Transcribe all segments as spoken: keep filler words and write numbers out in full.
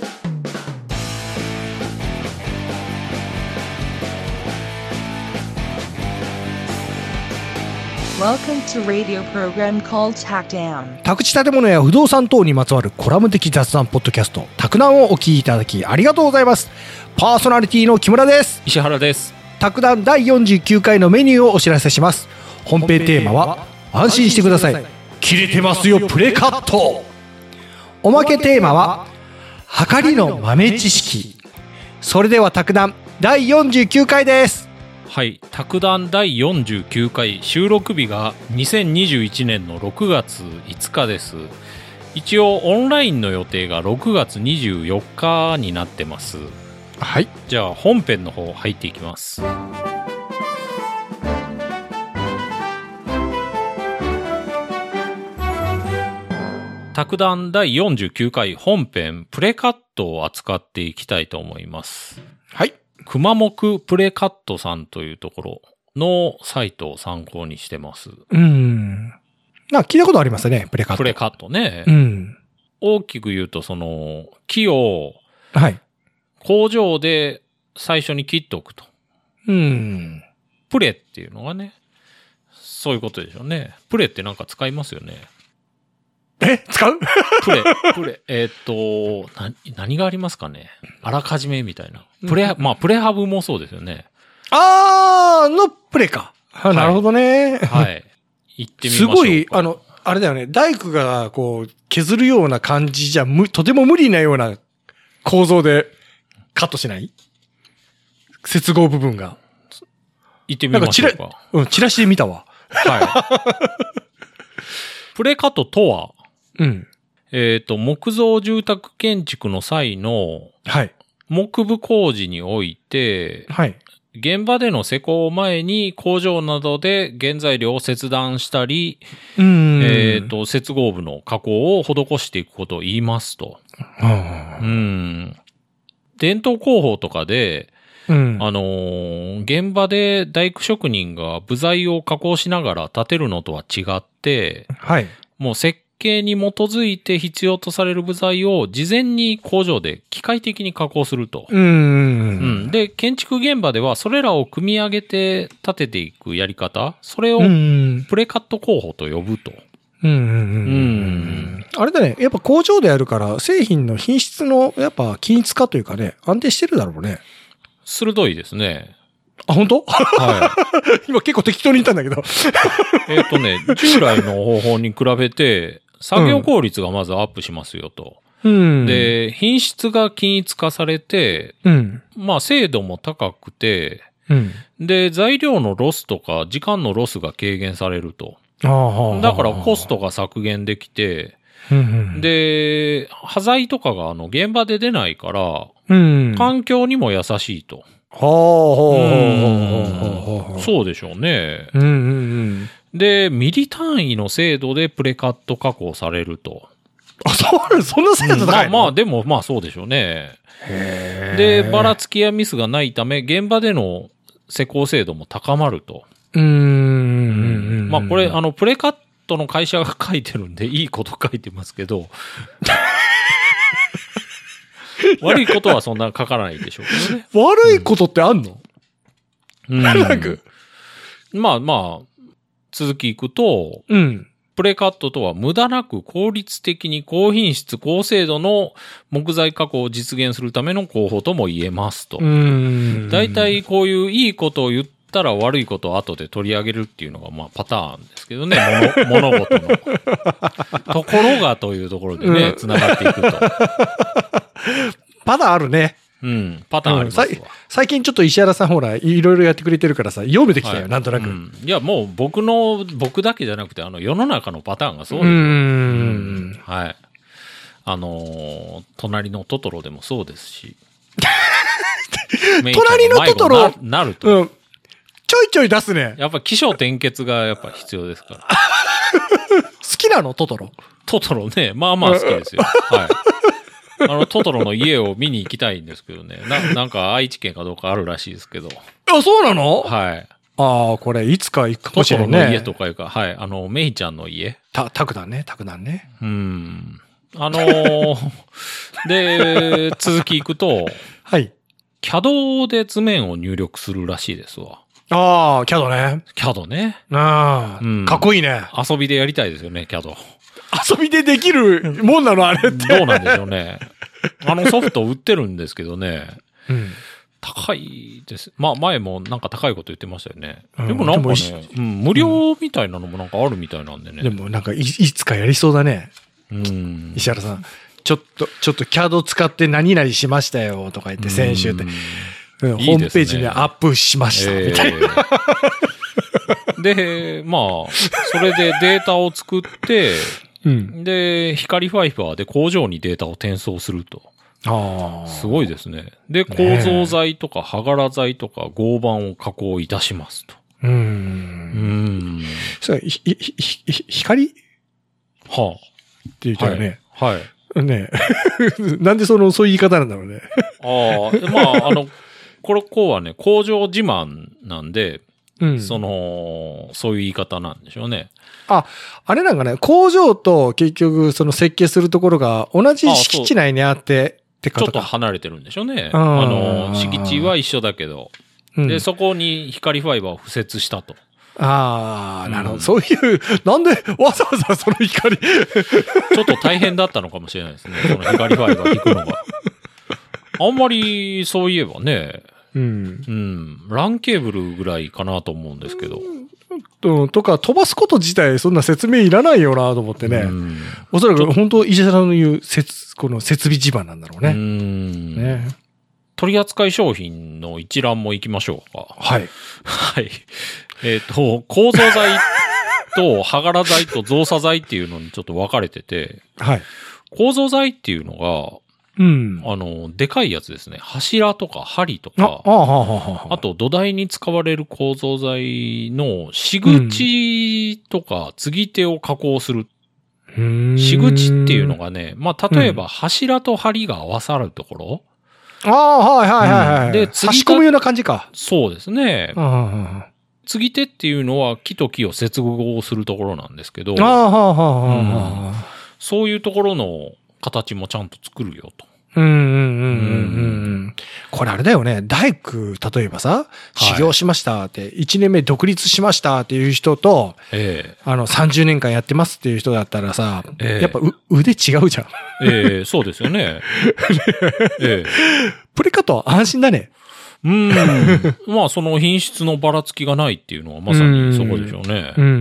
Welcome to radio program called TACDAM。 宅地建物や不動産等にまつわるコラム的雑談ポッドキャスト、タクナンをお聞きいただきありがとうございます。パーソナリティの木村です。 石原です。 タクナンだいよんじゅうきゅうかいのメニューをお知らせします。本編テーマは安心してください、切れてますよプレカット。おまけテーマははかりの豆知識。それではタクナンだいよんじゅうきゅうかいです。 はい、卓談だいよんじゅうきゅうかい、収録日がにせんにじゅういちねんのろくがついつかです。一応オンラインの予定がろくがつにじゅうよっかになってます。 はい、 じゃあ本編の方入っていきます。卓談だいよんじゅうきゅうかい本編プレカットを扱っていきたいと思います。 はい、 熊木プレカットさんというところのサイトを参考にしてます。 うーん。なんか聞いたことありますね、プレカット。 プレカットね。 うん。 大きく言うと、その、木を、 はい。 工場で最初に切っておくと。 うん。 プレっていうのがね、そういうことでしょうね。プレってなんか使いますよね。 え使うプレ、プレ、えーっと、な、何がありますかね。あらかじめみたいな。プレ、まあ、プレハブもそうですよね。 あーのプレか。はい、なるほどね。 はい。行ってみましょうか。 すごい、あの、あれだよね。大工がこう、削るような感じじゃ、む、とても無理なような構造でカットしない？接合部分が。 行ってみましょうか。 かうん、チラシで見たわ。 はい。プレカットとは、 うん。 えっと、木造住宅建築の際の、 はい。 木部工事において、 はい。 現場での施工前に工場などで原材料を切断したり、 うん。 えっと、接合部の加工を施していくことを言いますと。うん。伝統工法とかで、 うん、 あのー、現場で大工職人が部材を加工しながら建てるのとは違って、 はい。 もう設計に基づいて必要とされる部材を事前に工場で機械的に加工すると。 うん。うん。 で、建築現場ではそれらを組み上げて建てていくやり方、それをプレカット工法と呼ぶと。 うんうんうんうん。あれだね。やっぱ工場でやるから製品の品質のやっぱ均一化というかね、安定してるだろうね。 鋭いですね。 あ、本当？ はい。 今結構適当に言ったんだけど。 えっとね、従来の方法に比べて、作業効率がまずアップしますよと。 うん、 で、品質が均一化されて、 うん、 まあ精度も高くて、 うん、 で、材料のロスとか時間のロスが軽減されると。 あだからコストが削減できて、 うんうん、 で、端材とかがあの現場で出ないから、 うん、 環境にも優しいと。 はあ、 そうでしょうね。 うんうんうん、 で、ミリ単位の精度でプレカット加工されると。 あ、そう、そんな精度高いの？ まあまあ、でもまあそうでしょうね。で、ばらつきやミスがないため、現場での施工精度も高まると。 うーん。 まあこれ、あの、プレカットの会社が書いてるんで、いいこと書いてますけど、悪いことはそんな書かないでしょうけどね。 悪いことってあんの？ うん。なんかまあまあ、続きいくと、 うん。 プレカットとは無駄なく効率的に高品質高精度の木材加工を実現するための工法とも言えますと。だいたいこういういいことを言ったら悪いことを後で取り上げるっていうのがまあパターンですけどね、物, 物事の。ところがというところでね、つながっていくと。 パターンあるね。 うん、パターンありますわ、うん、 最近ちょっと石原さんほら、いろいろやってくれてるからさ、読めてきたよ、はい、なんとなく、うん。 いや、もう僕の、僕だけじゃなくて、あの、世の中のパターンがそうですよ。うん。はい。あのー、隣のトトロでもそうですし。 隣のトトロな、なると、 うん。ちょいちょい出すね。 やっぱ起承転結がやっぱ必要ですから。好きなのトトロ？ トトロね、まあまあ好きですよ。はい。あの、トトロの家を見に行きたいんですけどね。な、なんか愛知県かどうかあるらしいですけど。 あ、そうなの？ はい。 ああ、これいつか行くかもしれないね。 トトロの家とかいうか、はい。あの、メイちゃんの家。 た、タクダンね、タクダンね。 うん。 あのー、で、続きいくと、 はい。 キャド で図面を入力するらしいですわ。 ああ、キャド ね。 キャド ね。 ああ、うん、かっこいいね。 遊びでやりたいですよね、キャド。 遊びでできるもんなのあれって。 どうなんでしょうね。あのソフト売ってるんですけどね。うん、高いです。まあ前もなんか高いこと言ってましたよね。うん、でもなんかね、うん、無料みたいなのもなんかあるみたいなんでね。 でもなんかい、いつかやりそうだね。うん、石原さん。ちょっと、ちょっと キャド 使って何々しましたよとか言って先週って。ホームページにアップしましたみたいな。 で、まあ、それでデータを作って、うん、で、光ファイバーで工場にデータを転送すると。ああ。すごいですね。で、構造材とか歯柄材とか合板を加工いたしますと。うーん。うーん。 それ、ひ、ひ、ひ、光はあ。 って言ったよね。 はい。はい、 ねなんでその、そういう言い方なんだろうね。 ああ、まあ、あの、これ、こうはね、工場自慢なんで、うん、その、そういう言い方なんでしょうね。 あ、あれなんかね、工場と結局その設計するところが同じ敷地内にあって、ってちょっと離れてるんでしょうね。あの、敷地は一緒だけど、うん、で、そこに光ファイバーを敷設したと。 ああ、なるほど。そういう、なんでわざわざその光ちょっと大変だったのかもしれないですね。その光ファイバー引くのが。あんまりそういえばね、うん。うん。ランケーブルぐらいかなと思うんですけど。 うん、とか、飛ばすこと自体そんな説明いらないよなと思ってね。うん、おそらく本当、石田さんの言う、この設備地盤なんだろうね。うん。 ね。取扱商品の一覧も行きましょうか。 はい。 はい。えっと、構造材と歯柄材と造作材っていうのにちょっと分かれてて、はい。構造材っていうのが、うん。あの、でかいやつですね。柱とか針とか、あ, あ, あ, あ, あと土台に使われる構造材の仕口とか継ぎ手を加工する。うん、仕口っていうのがね、まあ、例えば柱と針が合わさるところ。 ああ、はいはいはいはい。うん、で、差し込むような感じか。 そうですね。継ぎ手っていうのは木と木を接合するところなんですけど、ああ、うん、そういうところの形もちゃんと作るよと。うんうんうんうんうん。 これあれだよね。大工、例えばさ、修行しましたって、いちねんめ独立しましたっていう人と、ええ、あの、さんじゅうねんかんやってますっていう人だったらさ、ええ、やっぱう腕違うじゃん。 ええ、そうですよね。 ええ、プレカットは安心だね。 うん。まあ、その品質のばらつきがないっていうのはまさにそこでしょうね。うんうんうん、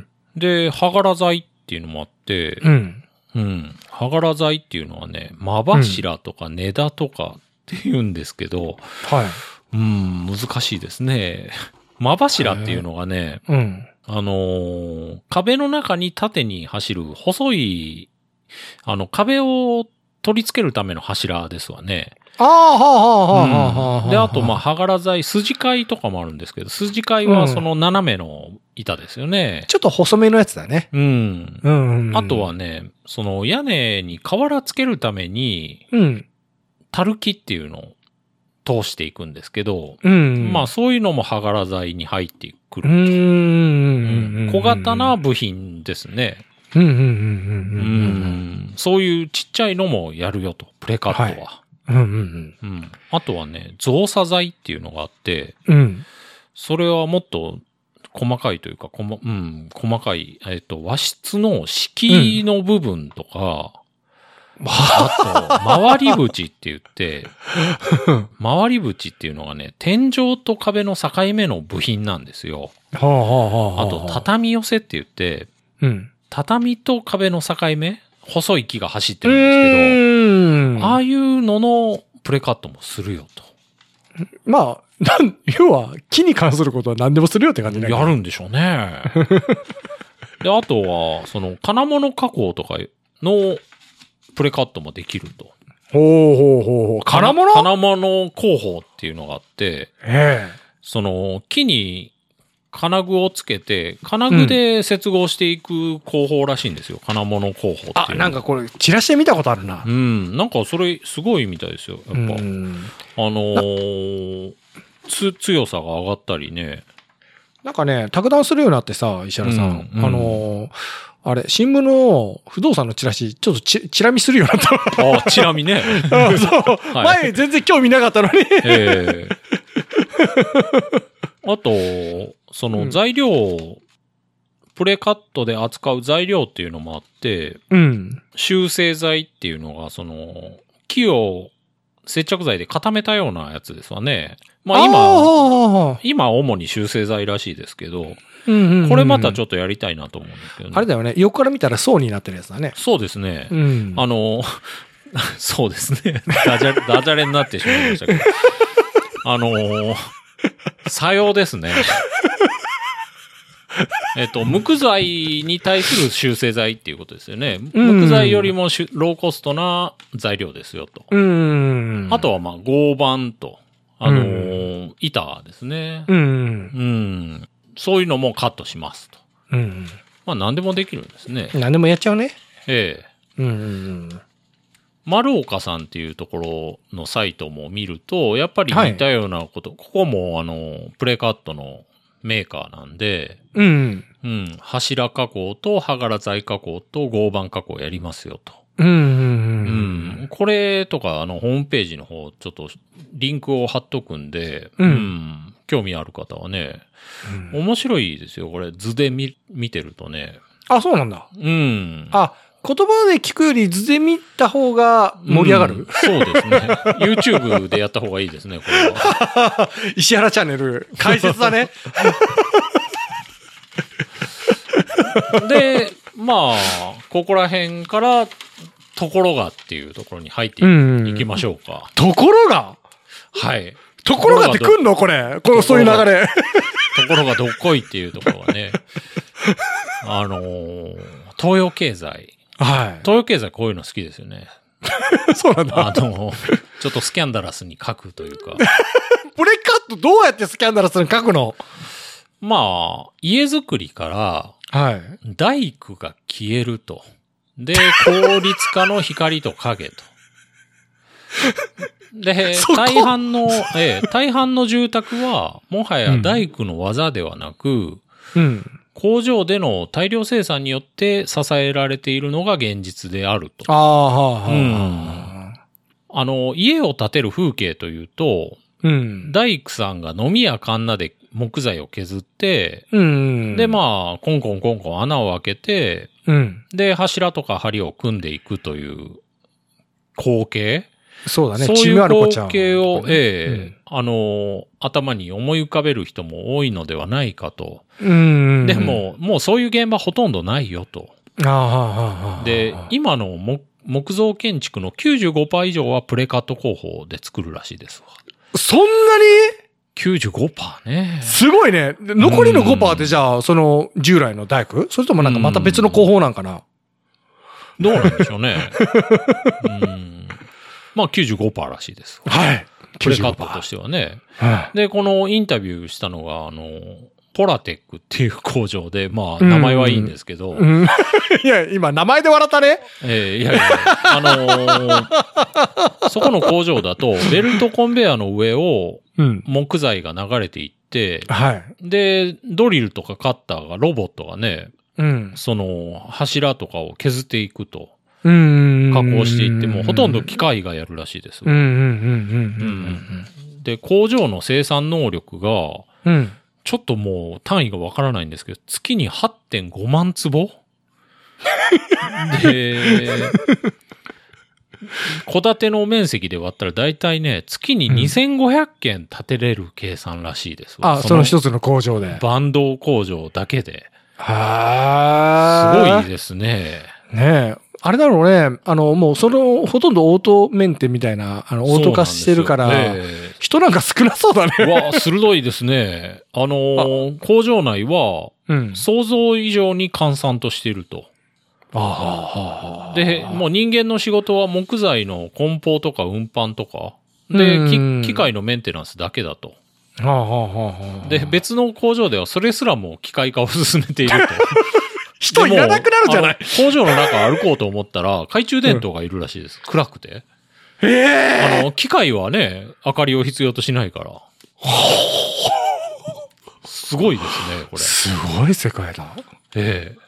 で、歯柄材っていうのもあって、うんうん。歯柄材っていうのはね、間柱とか根田とかって言うんですけど、うん、はい。うん、難しいですね。間柱っていうのがね、うん、あのー、壁の中に縦に走る細い、あの、壁を取り付けるための柱ですわね。 ああ、はあ、はあ、はあ、はあ。 で、あと、まあ、歯柄材、筋貝とかもあるんですけど、筋貝はその斜めの板ですよね。 ちょっと細めのやつだね。 うん。うんうんうん、あとはね、その屋根に瓦つけるために、うん。たるきっていうのを通していくんですけど、うん。まあ、そういうのも歯柄材に入ってくる。うん。小型な部品ですね。うんうんうんうんうん。そういうちっちゃいのもやるよと、プレカットは。はいうんうんうんうん、あとはね、造作材っていうのがあって、うん、それはもっと細かいというか、こまうん、細かい、えっと、和室の敷居の部分とか、うん、あと、回り縁って言って、回り縁っていうのがね、天井と壁の境目の部品なんですよ。あと、畳寄せって言って、うん、畳と壁の境目細い木が走ってるんですけど、ああいうののプレカットもするよと。 まあ、なん、要は木に関することは何でもするよって感じね。 やるんでしょうね。で、あとは、その、金物加工とかのプレカットもできると。 ほうほうほうほう。金物？ 金物工法っていうのがあって、ええ、その、木に、金具をつけて、金具で接合していく工法らしいんですよ。金物工法っていう。 あ、なんかこれ、チラシで見たことあるな。 うん。なんかそれ、すごいみたいですよ。やっぱ。あのー、つ、強さが上がったりね。 なんかね、卓談するようになってさ、石原さん。うんうん、あのー、 あれ、新聞の不動産のチラシ、ちょっとチチラ見するようになった。 ああ、チラ見ね。 そう、はい、前全然興味なかったのに。 ええあと、その材料、うん、プレカットで扱う材料っていうのもあって、 うん、 修正剤っていうのが、その、木を接着剤で固めたようなやつですわね。まあ今、今主に修正剤らしいですけど、 うんうんうん、 これまたちょっとやりたいなと思うんですけどね。 あれだよね。横から見たら層になってるやつだね。 そうですね。 うん、 あの、そうですね。ダジャレ、ダジャレになってしまいましたけど。あの、作用ですね。えっと、無垢材に対する修正剤っていうことですよね。無垢材よりもローコストな材料ですよと。 うん、 あとはまあ合板と、あのーうん、板ですね、 うん。うん。 そういうのもカットしますと。 うん。 まあ何でもできるんですね。 何でもやっちゃうね。 ええ。うんうんうん。 丸岡さんっていうところのサイトも見ると、やっぱり似たようなこと、はい、ここもあの、プレカットのメーカーなんで、 うん。 うん。柱加工と歯柄材加工と合板加工やりますよと。 うんうんうん。 うん。これとか、あの、ホームページの方、ちょっとリンクを貼っとくんで、 うん。 うん、興味ある方はね、うん、面白いですよ。これ、図で見、見てるとね。 あ、そうなんだ。 うん。 あ、言葉で聞くより図で見た方が盛り上がる、うん、 そうですね。YouTube でやった方がいいですね、これは。 石原チャンネル、解説だね。 で、まあ、ここら辺から、ところがっていうところに入っていきましょうか。 ところがはい。 ところがってくんのこれ。このそういう流れ。 ところがどっこいっていうところはね。あのー、東洋経済。 はい。 東洋経済こういうの好きですよね。 そうなんだ。 あの、ちょっとスキャンダラスに書くというか。 プレカットどうやってスキャンダラスに書くの？ まあ、家づくりから、 はい。 大工が消えると。で、効率化の光と影と。で、大半の、ええ、大半の住宅は、もはや大工の技ではなく、 うん、 工場での大量生産によって支えられているのが現実であると。 ああ、はあ、はあ、うん。 あの、家を建てる風景というと、 うん、 大工さんがノミやカンナで木材を削って、 うん、 で、まあ、コンコンコンコン穴を開けて、 うん、 で、柱とか梁を組んでいくという光景。 そうだね。 そういう光景を、ええ、うん、あの、頭に思い浮かべる人も多いのではないかと。 うん、 でも、もうそういう現場ほとんどないよと。 あで、今の木木造建築の きゅうじゅうごパーセント 以上はプレカット工法で作るらしいですわ。 そんなにきゅうじゅうごパーセント ね。 すごいね。残りの ごパーセント ってじゃあ、その従来の大工？それともなんかまた別の工法なんかな？ どうなんでしょうね。うんまあ きゅうじゅうごパーセント らしいです。 はい。 プレカットとしてはね。 はい、 で、このインタビューしたのが、あの、ポラテックっていう工場で、まあ、名前はいいんですけど。 うんうん、いや、今、名前で笑ったね。 ええー、いやいや、あのー、そこの工場だと、ベルトコンベヤーの上を、木材が流れていって、 うん、はい。 で、ドリルとかカッターが、ロボットがね、 うん、 その、柱とかを削っていくと。 うん、 加工していっても、ほとんど機械がやるらしいです。で、工場の生産能力が、 うん、 ちょっともう単位がわからないんですけど、月に はってんごまん坪で、戸建ての面積で割ったら大体ね、月ににせんごひゃっけん建てれる計算らしいですわ。 あ、その一つの工場で。 バンド工場だけで。 はー。すごいですね。 ねえ。あれだろうね。あの、もうその、ほとんどオートメンテみたいな、あの、オート化してるから、えー、人なんか少なそうだね。 わあ、鋭いですね。あのー、工場内は、うん、想像以上に閑散としていると。 あで、もう人間の仕事は木材の梱包とか運搬とか、で、機械のメンテナンスだけだと。で、別の工場ではそれすらも機械化を進めていると。 人いらなくなるじゃない。 工場の中歩こうと思ったら、懐中電灯がいるらしいです。うん、暗くて。 ええー、あの、機械はね、明かりを必要としないから。すごいですね、これ。 すごい世界だ。 ええ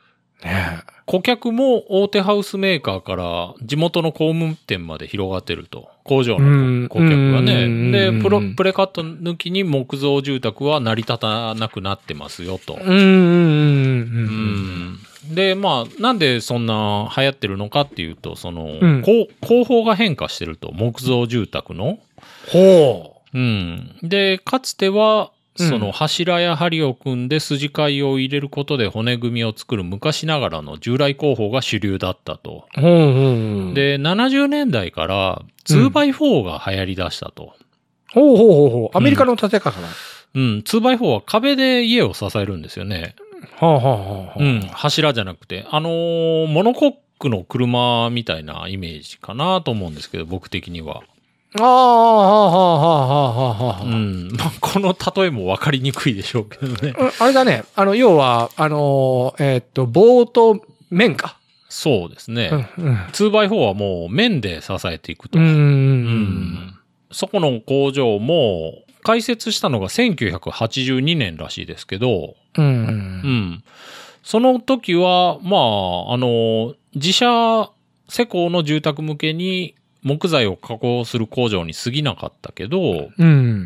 ねえ。 顧客も大手ハウスメーカーから地元の工務店まで広がってると。工場の顧客がね。で、プロ、プレカット抜きに木造住宅は成り立たなくなってますよと。 うんうんうんうんうん。で、まあ、なんでそんな流行ってるのかっていうと、その、 うん、 工法が変化してると。木造住宅の。 ほう。うん。で、かつては、その柱や梁を組んで筋交いを入れることで骨組みを作る昔ながらの従来工法が主流だったと。 う。ほうほうほう。 で、ななじゅうねんだいから ツーバイフォー が流行り出したと。 ほうほうほうほう。アメリカの建て方だ。 うん、ツーバイフォー は壁で家を支えるんですよね。 はあはあはあ。 うん、柱じゃなくて。あのー、モノコックの車みたいなイメージかなと思うんですけど、僕的には。 ああ、はあ、はあ、はあ、はあ。 うん。まあ、この例えも分かりにくいでしょうけどね。 あれだね。あの、要は、あの、えー、っと、棒と面か。 そうですね。 うんうん、 ツーバイフォー はもう面で支えていくと。 うんうんうんそこの工場も開設したのがせんきゅうひゃくはちじゅうにねんらしいですけど、 うんうんうんその時は、まあ、あの、自社施工の住宅向けに木材を加工する工場に過ぎなかったけど、 うん、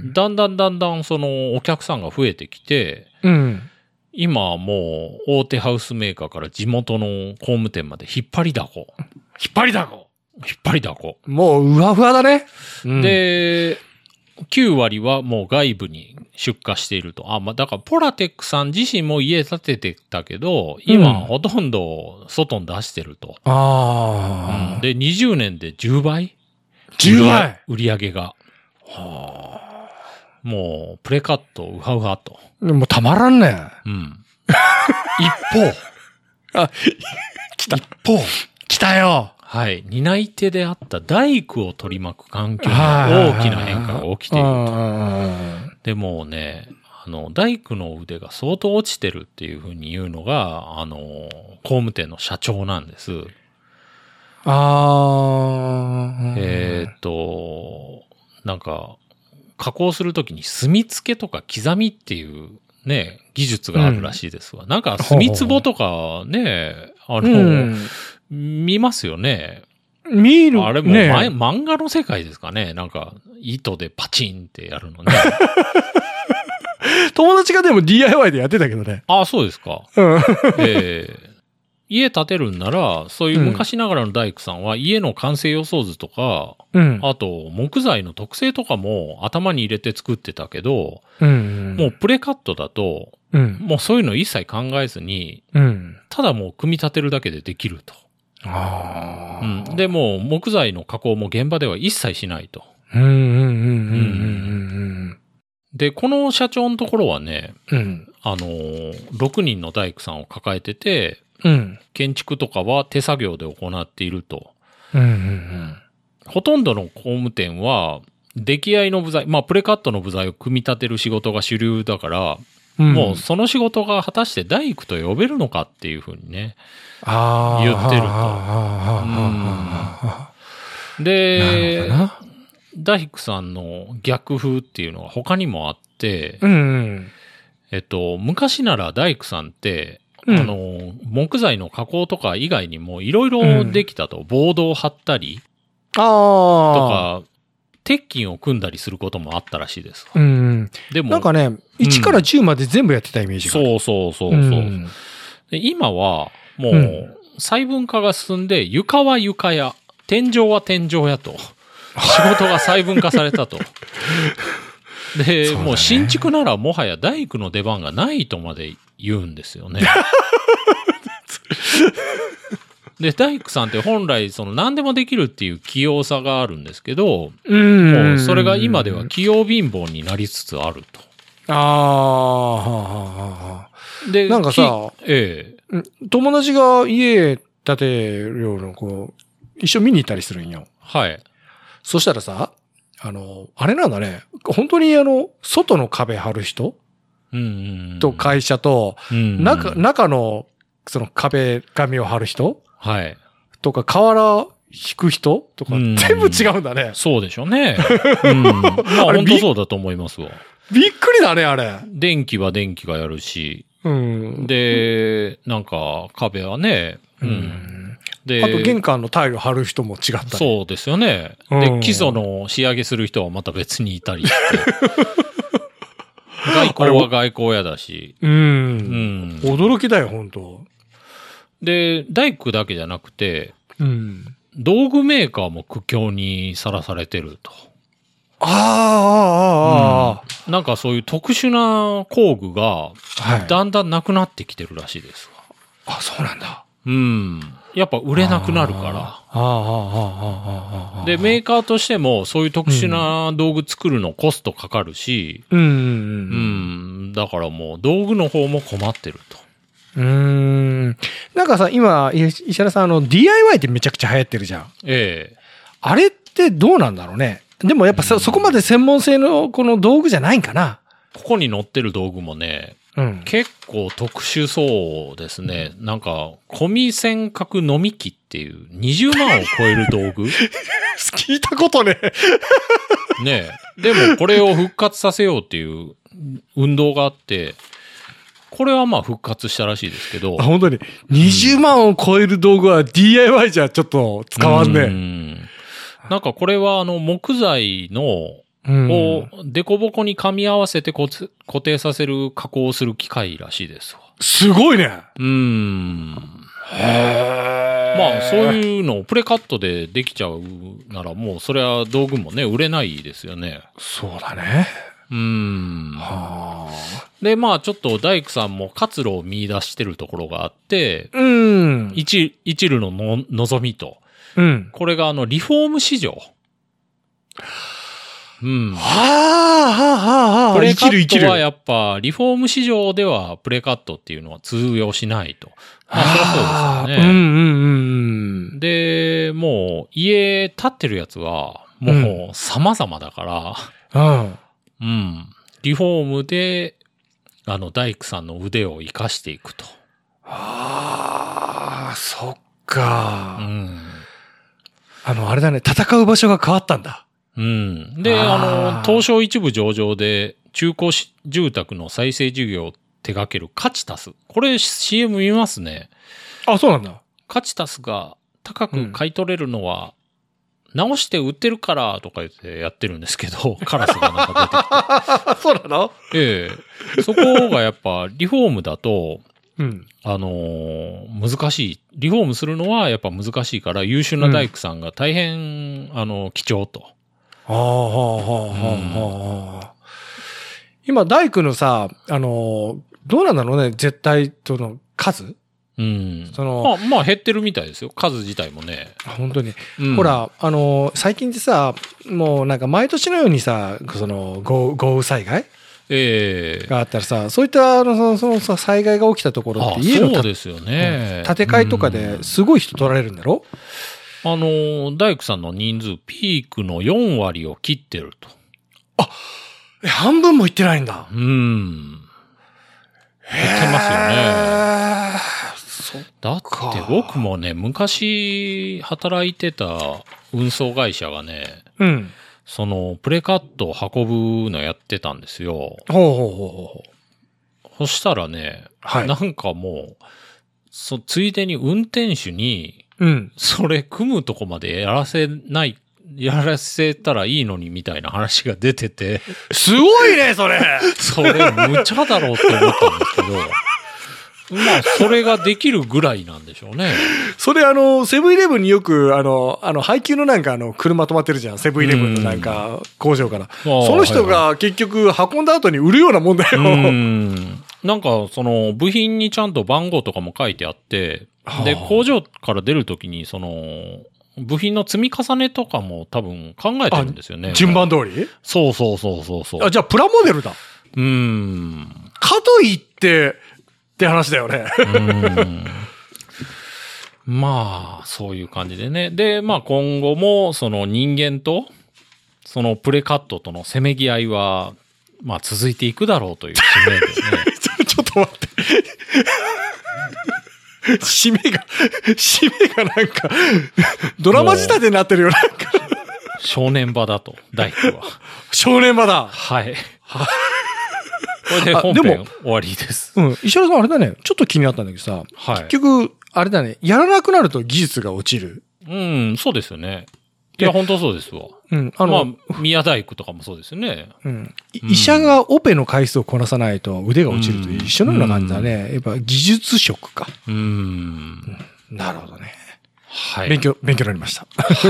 だんだんだんだんそのお客さんが増えてきて、 うん、 今はもう大手ハウスメーカーから地元の工務店まで引っ張りだこ。 引っ張りだこ。 引っ張りだこ。 もう、うわふわだね。 うん、で、きゅうわりはもう外部に出荷していると。あ、まあ、だからポラテックさん自身も家建ててたけど、今ほとんど外に出してると。 ああ、 うん。で、にじゅうねんでじゅうばい ? じゅうばい売り上げが。 はあ。 もう、プレカット、ウハウハと。 もうたまらんね。 うん。一方。 あ、来た。一方。来たよ。 はい。担い手であった大工を取り巻く環境に大きな変化が起きていると。でもね、あの、大工の腕が相当落ちてるっていうふうに言うのが、あの、工務店の社長なんです。 ああ。 えっと、なんか、加工するときに墨付けとか刻みっていうね、技術があるらしいですわ。うん、なんか墨壺とかね、あの、うん見ますよね。 見る。 あれも、ね、漫画の世界ですかね。なんか、糸でパチンってやるのね。 友達がでも ディーアイワイ でやってたけどね。 ああ、そうですか。 うん、 えー、家建てるんなら、そういう昔ながらの大工さんは家の完成予想図とか、うん、あと木材の特性とかも頭に入れて作ってたけど、うんうん、もうプレカットだと、うん、もうそういうの一切考えずに、うん、ただもう組み立てるだけでできると。あうん、で、もう木材の加工も現場では一切しないと。で、この社長のところはね、うん、あのー、ろくにんの大工さんを抱えてて、うん、建築とかは手作業で行っていると。うんうんうん、ほとんどの工務店は、出来合いの部材、まあプレカットの部材を組み立てる仕事が主流だから、うん、もうその仕事が果たして大工と呼べるのかっていうふうにね、あ言ってると。うん、で、大工さんの逆風っていうのは他にもあって、うんうん、えっと、昔なら大工さんって、うん、あの、木材の加工とか以外にもいろいろできたと、うん、ボードを張ったり、とか、鉄筋を組んだりすることもあったらしいです。うん、でも、なんかね、いちからじゅうまで全部やってたイメージがある。うん、そうそうそうそう、うん、で。今は、もう、細分化が進んで、床は床屋、天井は天井屋と、仕事が細分化されたと。で、ね、もう新築ならもはや大工の出番がないとまで言うんですよね。で、大工さんって本来その何でもできるっていう器用さがあるんですけど、うんもうそれが今では器用貧乏になりつつあると。ああ。で、なんかさ、ええ、友達が家建てるようなこう、一緒見に行ったりするんよ。はい。そしたらさ、あの、あれなんだね、本当にあの、外の壁張る人、うん、と会社と、うん、中、中のその壁紙を張る人はい。とか、瓦引く人とか、全部違うんだね。そうでしょうね。うん。まあ、本当そうだと思いますわ。びっくりだね、あれ。電気は電気がやるし、 うん。 で、なんか壁はね、うん。うん、で、 あと玄関のタイル貼る人も違ったり。 そうですよね。うん、で、基礎の仕上げする人はまた別にいたりして。外交は外交屋だし。 うん。うん。驚きだよ、本当。 で、大工だけじゃなくて、 うん。 道具メーカーも苦境にさらされてると。 ああ、ああ、 うん。なんかそういう特殊な工具が、だんだんなくなってきてるらしいですわ。はい、あ、そうなんだ。 うん。やっぱ売れなくなるから。ああ、ああ、ああ、で、メーカーとしてもそういう特殊な道具作るのコストかかるし、 うん。うん。 うん。だからもう道具の方も困ってると。 うーん。なんかさ、今、石原さん、あの、ディーアイワイ ってめちゃくちゃ流行ってるじゃん。 ええ。 あれってどうなんだろうね。でもやっぱそ、そこまで専門性のこの道具じゃないんかな。 ここに載ってる道具もね、うん、結構特殊そうですね。なんか、込み線角飲み機っていうにじゅうまんを超える道具聞いたことね。 ねえ。でもこれを復活させようっていう運動があって、これはまあ復活したらしいですけど。 あ、本当に。にじゅうまんを超える道具は ディーアイワイ じゃちょっと使わんね。 うんなんかこれはあの木材のをデコボコに噛み合わせて固定させる加工をする機械らしいですわ。 すごいね。 うーん。へー。まあそういうのをプレカットでできちゃうならもうそれは道具もね売れないですよね。 そうだね。 うーん。はあ。でまあちょっと大工さんも活路を見出してるところがあって、 うん。 一一縷のの望みと。 うん。 これがあの、リフォーム市場。うん。 はあ、はあ、はあ、 プレカットはやっぱ、リフォーム市場ではプレカットっていうのは通用しないと。まあ、そりゃそうですよね。 うんうんうん。 で、もう、家建ってるやつは、もう、様々だから、うん。うん。リフォームで、あの、大工さんの腕を活かしていくと。 ああ、そっか。 うん。 あの、あれだね、戦う場所が変わったんだ。 うん。で、あの、東証一部上場で中古住宅の再生事業を手掛けるカチタス。これ シーエム 見ますね。 あ、そうなんだ。 カチタスが高く買い取れるのは、うん、直して売ってるからとか言ってやってるんですけど、カラスがなんか出てきて。 そうなの？ ええ。そこがやっぱリフォームだと、 うん、 あのー、難しい。リフォームするのはやっぱ難しいから優秀な大工さんが大変、うん、あの、貴重と。 はあ、はあ、はあ、はあ。今、大工のさ、あのー、どうなんだろうね、絶対との数？ うん。 その、 まあ、まあ減ってるみたいですよ。数自体もね。 本当に。うん、ほら、あのー、最近ってさ、もうなんか毎年のようにさ、その、豪雨災害ええー、 があったらさ、そういったあのそのそのさ災害が起きたところって家のそうですよね。 建て替えとかですごい人取られるんだろ？ あの大工さんの人数ピークのよんわりを切ってると。 あ、半分もいってないんだ。 うん。減ってますよね。だって僕もね昔働いてた運送会社がね。 うん。 その、プレカットを運ぶのやってたんですよ。 ほうほうほうほう。そしたらね、はい、なんかもう、そ、ついでに運転手に、 うん。 それ組むとこまでやらせない、やらせたらいいのにみたいな話が出てて。 すごいね、それそれ、無茶だろうって思ったんですけど。まあ、それができるぐらいなんでしょうね。 それあの、セブンイレブンによく、あの、あの、配給のなんかあの、車止まってるじゃん。セブンイレブンのなんか、工場から。その人が結局運んだ後に売るようなもんだよ。 うんなんか、その、部品にちゃんと番号とかも書いてあって、で、工場から出るときに、その、部品の積み重ねとかも多分考えてるんですよね。 順番通り？ そうそうそうそうそう。 あ、じゃあプラモデルだ。 うーん。 かといって、って話だよね。 うんまあ、そういう感じでね。で、まあ今後も、その人間と、そのプレカットとのせめぎ合いは、まあ続いていくだろうという使命ですね。 ちょ、ちょっと待って。締めが、締めがなんか、ドラマ仕立てになってるよ、なんか。 正念場だと、大工は。 正念場だ。 はい。 これで本編終わりです。 うん。石原さんあれだね、ちょっと気になったんだけどさ、はい、結局、あれだね、やらなくなると技術が落ちる。 うん、そうですよね。いや、本当そうですわ。うん。あの、まあ、宮大工とかもそうですよね。 うん。医者がオペの回数をこなさないと腕が落ちると一緒のような感じだね。やっぱ技術職か。うん。なるほどね。はい。勉強、勉強になりました。はい。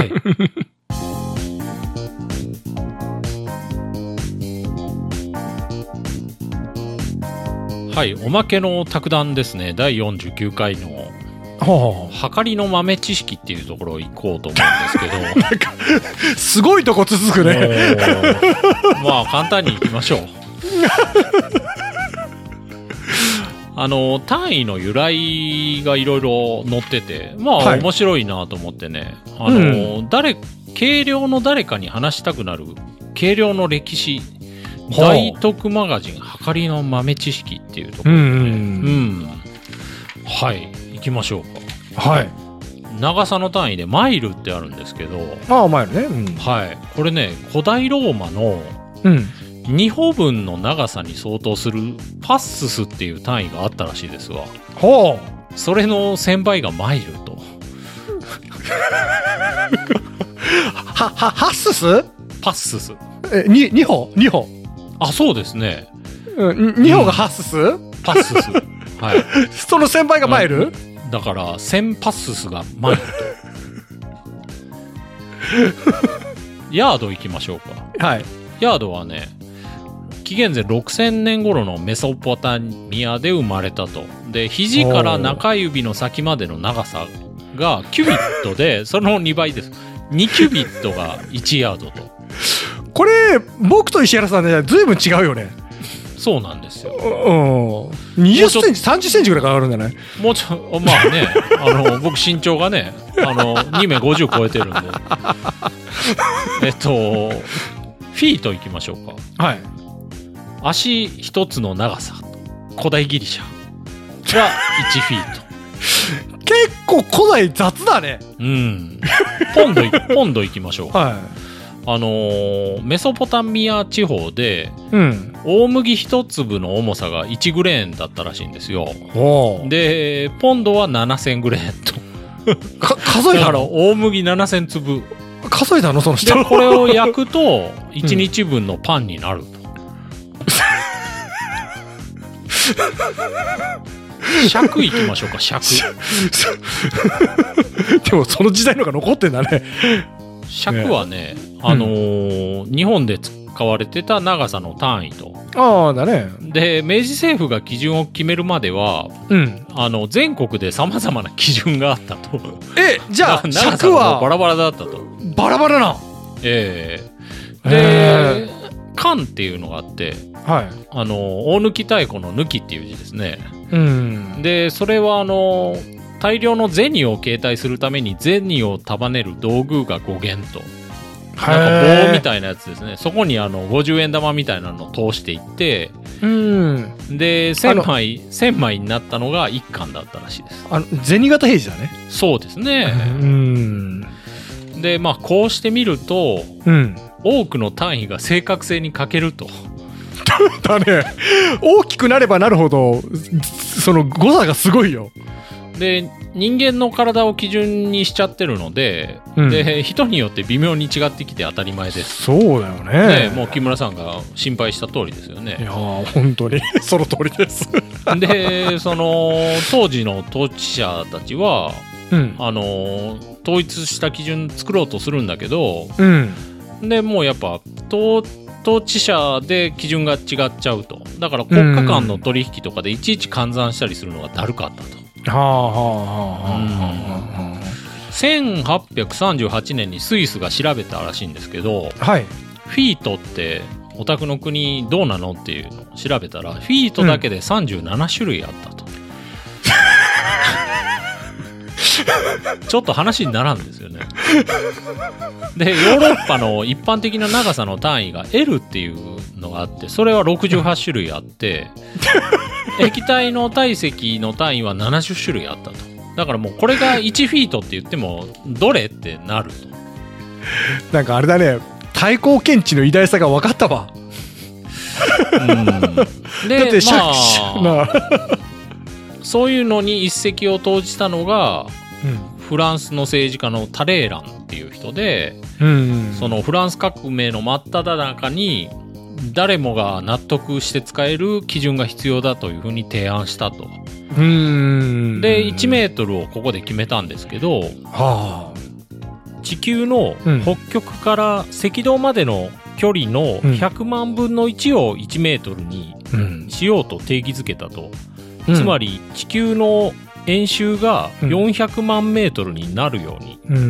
はい。おまけの卓談ですね。だいよんじゅうきゅうかいの。はかりの豆知識っていうところ行こうと思うんですけどなんかすごいとこ続くねまあ簡単にいきましょうあの単位の由来がいろいろ載っててまあ、はい、面白いなと思ってねあの、うん、誰軽量の誰かに話したくなる軽量の歴史大徳マガジンはかりの豆知識っていうところでね、うん、うん、はい行きましょうか。はい。長さの単位でマイルってあるんですけど。 ああ、マイルね。うん、 はい。これね、古代ローマのに歩分の長さに相当するパッススっていう単位があったらしいですわ。ほう。それのせんばいがマイルと。 は、は、ハッスス？ パッスス。 え、に、に歩 ?に 歩。 あ、そうですね。 うん、に歩がハッスス、うん、 パッスス。はい。 そのせんばいがマイル？ だからせんパッススがマイルとヤード行きましょうか。はい。ヤードはね紀元前ろくせんねん頃のメソポタミアで生まれたと。で肘から中指の先までの長さがキュビットでそのにばいです。にキュビットがいちヤードと。 これ僕と石原さんでずいぶん違うよね。 そうなんですよ。 うん。にじゅっセンチ、さんじゅっセンチぐらい変わるんじゃない？ もうちょ、まあね、あの、僕身長がね、あの、にメートルごじゅう超えてるんで。えっと、フィートいきましょうか。はい。足一つの長さ、古代ギリシャがいちフィート。 結構古代雑だね。 うん。ポンドい、ポンドいきましょう。はい。あのー、メソポタミア地方で、うん、大麦一粒の重さがいちグレーンだったらしいんですよ。でポンドはななせんグレーンとか数えたの？ 大麦ななせんつぶ数えたのその人。 でこれを焼くといちにちぶんのパンになると、うん、尺いきましょうか。尺でもその時代のが残ってんだね。 尺はね、あのーうん、日本で使われてた長さの単位と。 ああだね。 で明治政府が基準を決めるまでは、うん、あの全国でさまざまな基準があったと。 えじゃあ尺はバラバラだったと。 バラバラな。 ええー、で貫っていうのがあって、はい、あの大貫太鼓の抜きっていう字ですね。うん、でそれはあの大量の銭を携帯するために銭を束ねる道具が語源と。なんか棒みたいなやつですね。そこにあのごじゅうえん玉みたいなのを通していって、うん、でせんまいせんまいになったのがいっ貫だったらしいです。 あの銭形平次だね。 そうですね。うん、でまあこうしてみると、うん、多くの単位が正確性に欠けると。 だね。大きくなればなるほどその誤差がすごいよ。 で人間の体を基準にしちゃってるので、うん、で人によって微妙に違ってきて当たり前です。 そうだよね。 ねもう木村さんが心配した通りですよね。 いや本当にその通りです。 でその当時の統治者たちは、うん、あの統一した基準作ろうとするんだけど、うん、でもうやっぱ統統治者で基準が違っちゃうと。だから国家間の取引とかでいちいち換算したりするのがだるかったと。はあはあはあはあ。せんはっぴゃくさんじゅうはちねんにスイスが調べたらしいんですけど、はい、フィートってお宅の国どうなのっていうのを調べたらフィートだけでさんじゅうななしゅるいあったと、うん、ちょっと話にならんですよね。でヨーロッパの一般的な長さの単位が エル っていうのがあってそれはろくじゅうはちしゅるいあって液体の体積の単位はななじゅっしゅるいあったと。だからもうこれがいちフィートって言ってもどれってなると。 なんかあれだね、対抗検知の偉大さが分かったわ。 うん、でだってまあそういうのに一石を投じたのが、 うん、 フランスの政治家のタレーランっていう人で、 うん、 そのフランス革命の真っ只中に誰もが納得して使える基準が必要だというふうに提案したと。 うん、 でいちメートルをここで決めたんですけど、 はあ、 地球の北極から赤道までの距離のひゃくまんぶんのいちをいちメートルにしようと定義づけたと、うん、つまり地球の円周がよんひゃくまんメートルになるように、うん、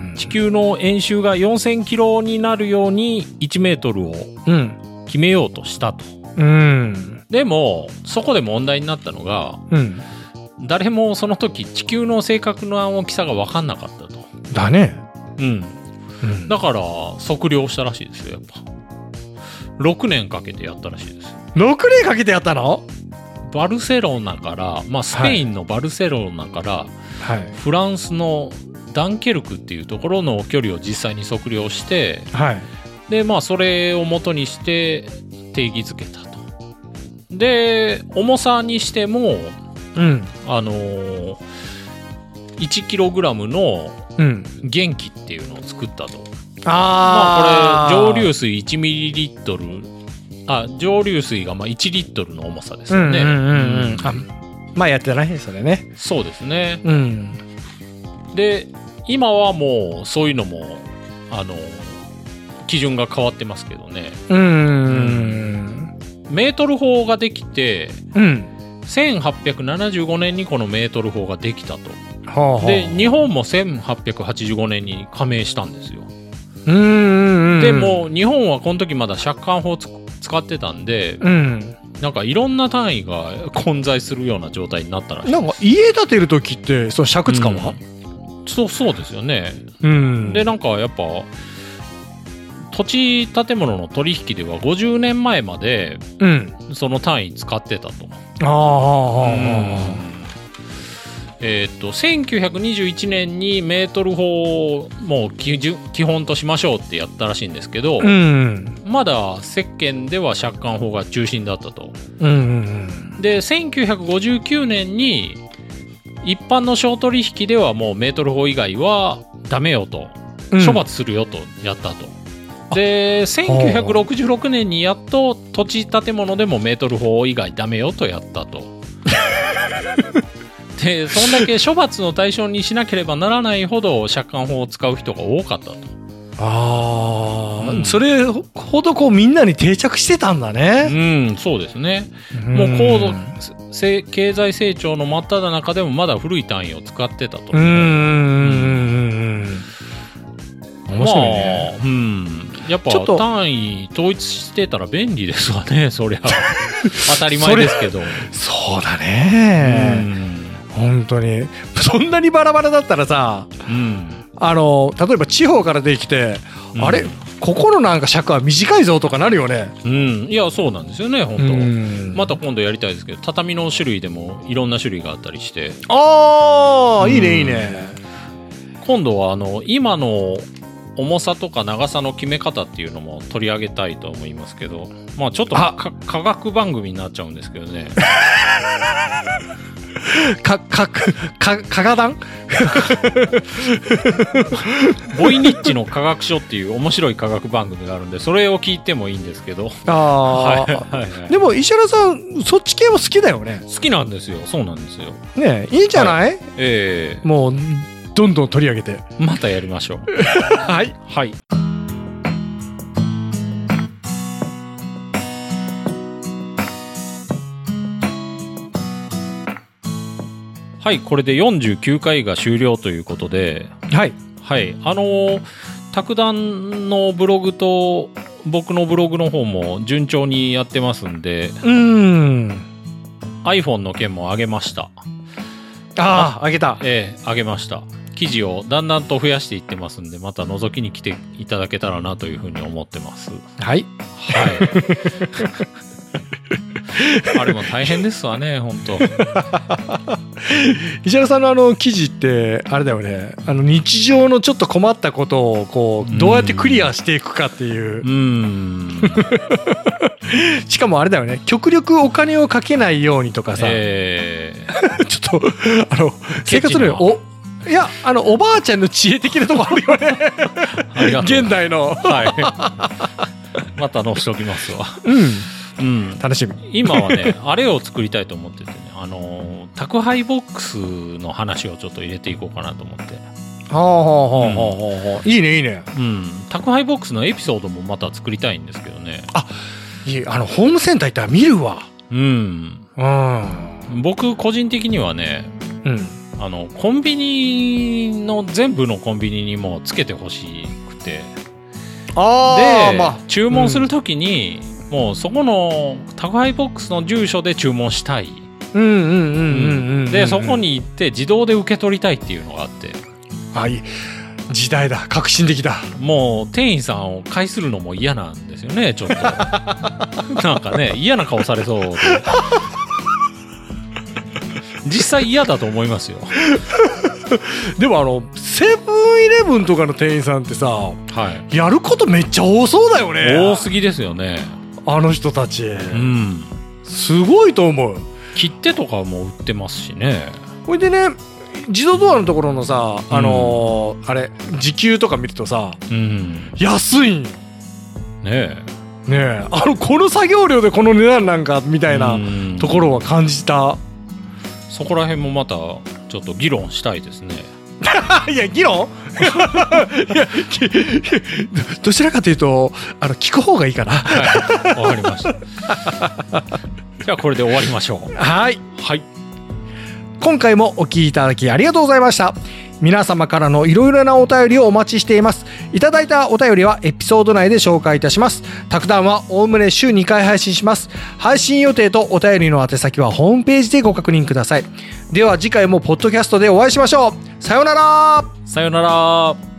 地球の円周がよんせんキロになるようにいちメートルを決めようとしたと、うん、でもそこで問題になったのが、うん、誰もその時地球の正確な大きさが分かんなかったと。 だね。 うんうん、だから測量したらしいですよ。やっぱろくねんかけてやったらしいです。 ろくねんかけてやったの？ バルセロナから、まあ、スペインのバルセロナから、はい、フランスのダンケルクっていうところの距離を実際に測量して、はい、でまあそれを元にして定義づけたと。で重さにしても、うん、あのー、いちキログラムの元気っていうのを作ったと。あ、まあこれ蒸留水いちミリリットル、あ蒸留水がまあいちリットルの重さですよね。うんうんうんうん、 あ、まあやってないですよね。 そうですね。うん、で今はもうそういうのもあの基準が変わってますけどね。うん、うん、メートル法ができて、うん、せんはっぴゃくななじゅうごねんにこのメートル法ができたと。はあはあ、で日本もせんはっぴゃくはちじゅうごねんに加盟したんですよ。うーん、でも日本はこの時まだ借款法つ使ってたんで、うん、なんかいろんな単位が混在するような状態になったらしいです。 なんか家建てる時ってその借使うは、 うん、そうそうですよね。うん、でなんかやっぱ土地建物の取引ではごじゅうねんまえまでその単位使ってたと。ああ、うんえー、とせんきゅうひゃくにじゅういちねんにメートル法をもう基準基本としましょうってやったらしいんですけど、うん、まだ世間では借款法が中心だったと、うんうんうん、でせんきゅうひゃくごじゅうきゅうねんに一般の商取引ではもうメートル法以外はダメよと、うん、処罰するよとやったと。でせんきゅうひゃくろくじゅうろくねんにやっと土地建物でもメートル法以外ダメよとやったと。でそんだけ処罰の対象にしなければならないほど借款法を使う人が多かったと。ああ、うん、それほどこうみんなに定着してたんだね。 うん、そうですね。もう高度経済成長の真っ只中でもまだ古い単位を使ってたと。うーん、うん、面白いね。まあ、うん、やっぱ単位統一してたら便利ですわね。そりゃ当たり前ですけど。 そ, そうだね。うん本当にそんなにバラバラだったらさ、うん、あの例えば地方からできて、うん、あれここのなんか尺は短いぞとかなるよね。 うん、いやそうなんですよね本当、うん、また今度やりたいですけど畳の種類でもいろんな種類があったりして、 ああ、うん、いいねいいね。 今度はあの今の重さとか長さの決め方っていうのも取り上げたいと思いますけど、まあちょっとか科学番組になっちゃうんですけどね。 か、か、か、かがだんボイニッチの科学書っていう面白い科学番組があるんでそれを聞いてもいいんですけど。ああ、 はいはいはい、でも石原さんそっち系も好きだよね。 好きなんですよ。そうなんですよね。いいんじゃない、はい、 えー、もうどんどん取り上げてまたやりましょう。 はいはい。はい、これでよんじゅうきゅうかいが終了ということで、はい、はい、あのー、卓談のブログと僕のブログの方も順調にやってますんで、うーん、iPhone の件も上げました。 ああ、上げた。 ええ、上げました。記事をだんだんと増やしていってますんで、また覗きに来ていただけたらなというふうに思ってます。 はい。 はい。あれも大変ですわね、本当。 石原さんのあの記事ってあれだよね、あの日常のちょっと困ったことをこうどうやってクリアしていくかっていう、 うーんしかもあれだよね、極力お金をかけないようにとかさ、 えー、 ちょっとあの生活のおいやあのおばあちゃんの知恵的なとこあるよねありがとう現代のはいまた載せておきますわ。 うんうん、 楽しみ。 今はねあれを作りたいと思っててね、あの宅配ボックスの話をちょっと入れていこうかなと思って。 はあはあはあはあはあ、いいねいいね。 うん、宅配ボックスのエピソードもまた作りたいんですけどね。 あ、いい、あのホームセンター行ったら見るわ。 うんうん。僕個人的にはね、うん、あのコンビニの全部のコンビニにもつけてほしくて、 あで、 まあ、注文するときに、うん、もうそこの宅配ボックスの住所で注文したい。 うんうんうんうんうん。 でそこに行って自動で受け取りたいっていうのがあって。 あ、いい時代だ、革新的だ。 もう店員さんを介するのも嫌なんですよね、ちょっとなんかね嫌な顔されそうで実際嫌だと思いますよでもあのセブンイレブンとかの店員さんってさ、はい、やることめっちゃ多そうだよね。 多すぎですよね、あの人たち。うん、 すごいと思う。 切手とかも売ってますしね。 これでね、自動ドアのところのさ、あのーうん、あれ時給とか見るとさ、うん、安いんよねえねえ、あのこの作業量でこの値段なんかみたいなところは感じた。 そこら辺もまたちょっと議論したいですねいや議論いやどちらかというとあの聞く方がいいかな。 はい、わかりましたじゃあこれで終わりましょう。 はい、 はい、 今回もお聞きいただきありがとうございました。皆様からのいろいろなお便りをお待ちしています。いただいたお便りはエピソード内で紹介いたします。卓談はおおむね週にかい配信します。配信予定とお便りの宛先はホームページでご確認ください。では次回もポッドキャストでお会いしましょう。さようなら。 さようなら。